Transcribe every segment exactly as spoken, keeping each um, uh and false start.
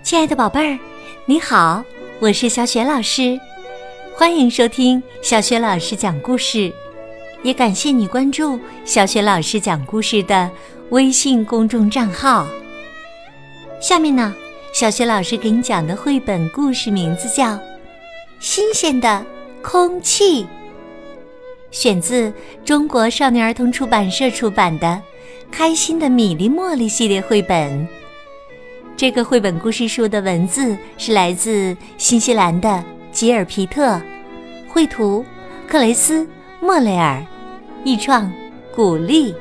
亲爱的宝贝儿，你好，我是小雪老师，欢迎收听小雪老师讲故事，也感谢你关注小雪老师讲故事的微信公众账号。下面呢，小雪老师给你讲的绘本故事名字叫《新鲜的空气》，选自中国少年儿童出版社出版的《开心的米粒茉莉》系列绘本。这个绘本故事书的文字是来自新西兰的吉尔皮特，绘图克雷斯莫雷尔，译创古丽。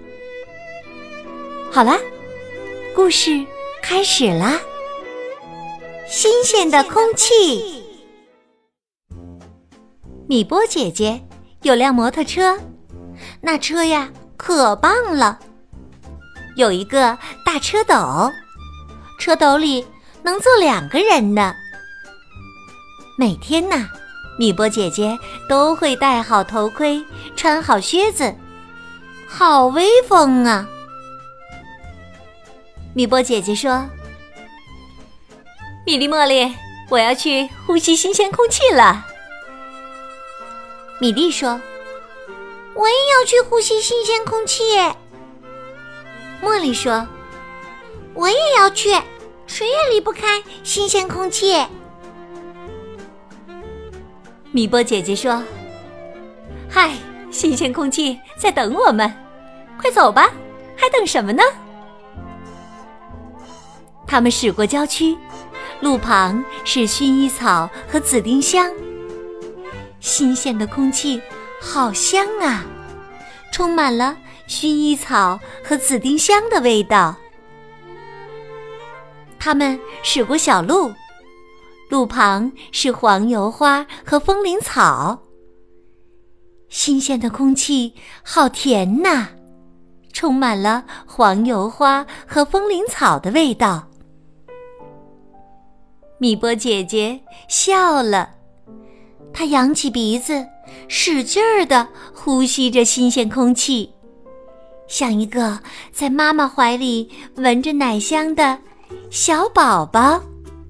好啦，故事开始啦！新鲜的空气。米波姐姐有辆摩托车，那车呀可棒了，有一个大车斗，车斗里能坐两个人呢。每天呢，米波姐姐都会戴好头盔，穿好靴子，好威风啊！米波姐姐说：“米粒茉莉，我要去呼吸新鲜空气了。”米粒说：“ 我也要去呼吸新鲜空气。” 茉莉说：“ 我也要去，谁也离不开新鲜空气。” 米波姐姐说：“嗨，新鲜空气在等我们，快走吧，还等什么呢？”他们驶过郊区，路旁是薰衣草和紫丁香，新鲜的空气好香啊，充满了薰衣草和紫丁香的味道。他们驶过小路，路旁是黄油花和风铃草，新鲜的空气好甜呐，充满了黄油花和风铃草的味道。米波姐姐笑了，她扬起鼻子，使劲儿地呼吸着新鲜空气，像一个在妈妈怀里闻着奶香的小宝宝。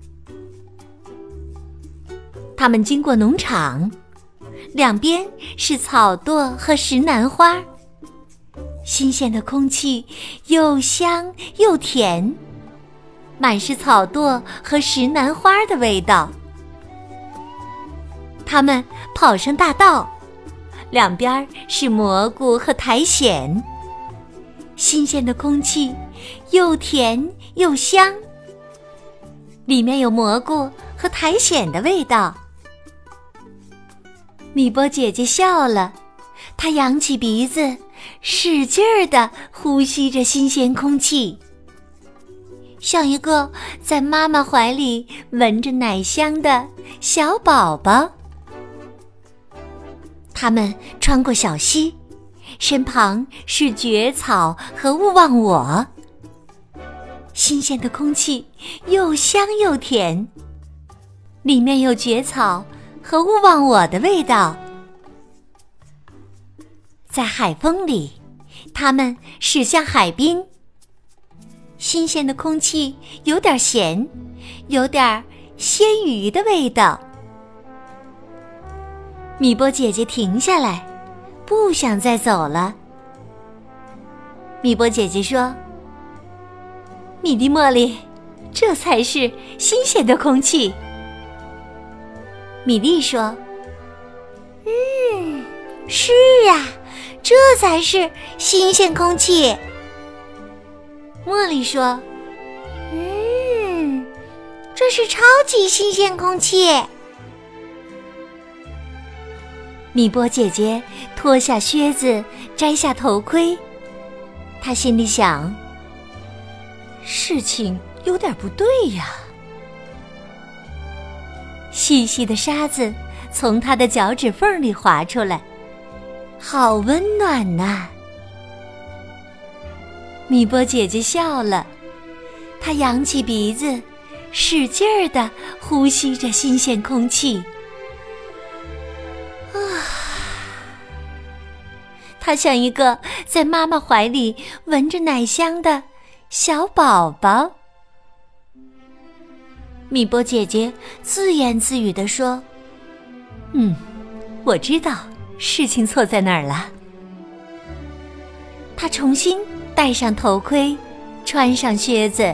他们经过农场，两边是草垛和石楠花，新鲜的空气又香又甜，满是草垛和石楠花的味道。他们跑上大道，两边是蘑菇和苔藓，新鲜的空气又甜又香，里面有蘑菇和苔藓的味道。米波姐姐笑了，她扬起鼻子，使劲儿地呼吸着新鲜空气，像一个在妈妈怀里闻着奶香的小宝宝。他们穿过小溪，身旁是蕨草和勿忘我，新鲜的空气又香又甜，里面有蕨草和勿忘我的味道。在海风里，他们驶向海滨，新鲜的空气有点咸，有点鲜鱼的味道。米波姐姐停下来，不想再走了。米波姐姐说：“米粒茉莉，这才是新鲜的空气。”米粒说：“ 嗯，是啊，这才是新鲜空气。” 茉莉说：“ 嗯，这是超级新鲜空气。” 米波姐姐脱下靴子，摘下头盔，她心里想，事情有点不对呀。细细的沙子从她的脚趾缝里滑出来，好温暖呐！米波姐姐笑了，她扬起鼻子，使劲儿地呼吸着新鲜空气。啊，她像一个在妈妈怀里闻着奶香的小宝宝。 米波姐姐自言自语地说：嗯，我知道事情错在哪儿了。她重新戴上头盔，穿上靴子。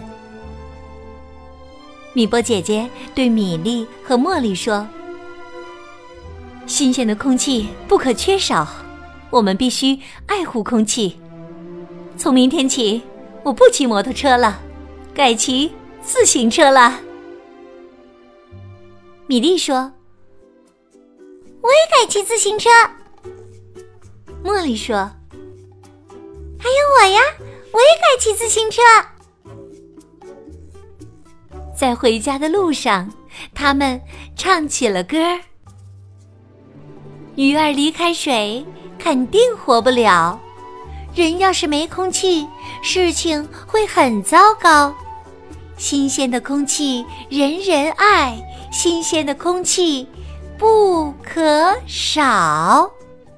米波姐姐对米莉和茉莉说：新鲜的空气不可缺少，我们必须爱护空气。从明天起，我不骑摩托车了，改骑自行车了。米莉说： 我也改骑自行车。 茉莉说： 还有我呀，我也改骑自行车。 在回家的路上，他们唱起了歌儿。鱼儿离开水，肯定活不了。人要是没空气，事情会很糟糕。新鲜的空气人人爱，新鲜的空气不可少。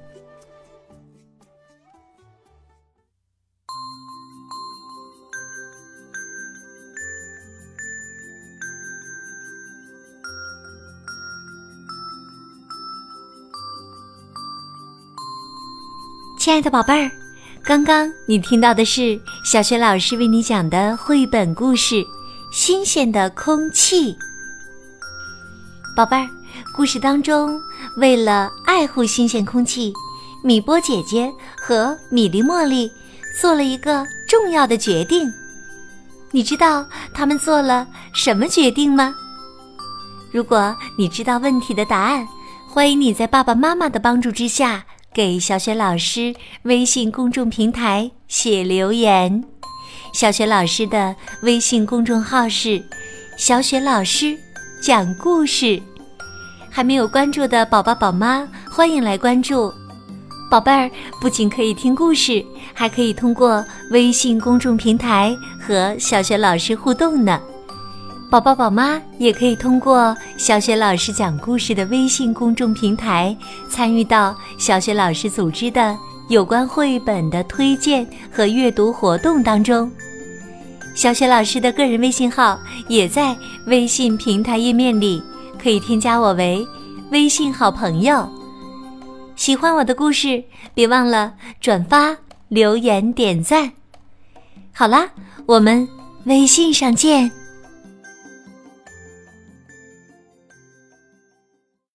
亲爱的宝贝儿，刚刚你听到的是小学老师为你讲的绘本故事《新鲜的空气》。宝贝儿，故事当中，为了爱护新鲜空气，米波姐姐和米莉茉莉做了一个重要的决定。你知道他们做了什么决定吗？如果你知道问题的答案，欢迎你在爸爸妈妈的帮助之下给小雪老师微信公众平台写留言。小雪老师的微信公众号是小雪老师讲故事，还没有关注的宝宝宝妈欢迎来关注。宝贝儿不仅可以听故事，还可以通过微信公众平台和小雪老师互动呢。宝宝宝妈也可以通过小雪老师讲故事的微信公众平台参与到小雪老师组织的有关绘本的推荐和阅读活动当中。小雪老师的个人微信号也在微信平台页面里，可以添加我为微信好朋友。喜欢我的故事，别忘了转发、留言、点赞。好啦，我们微信上见。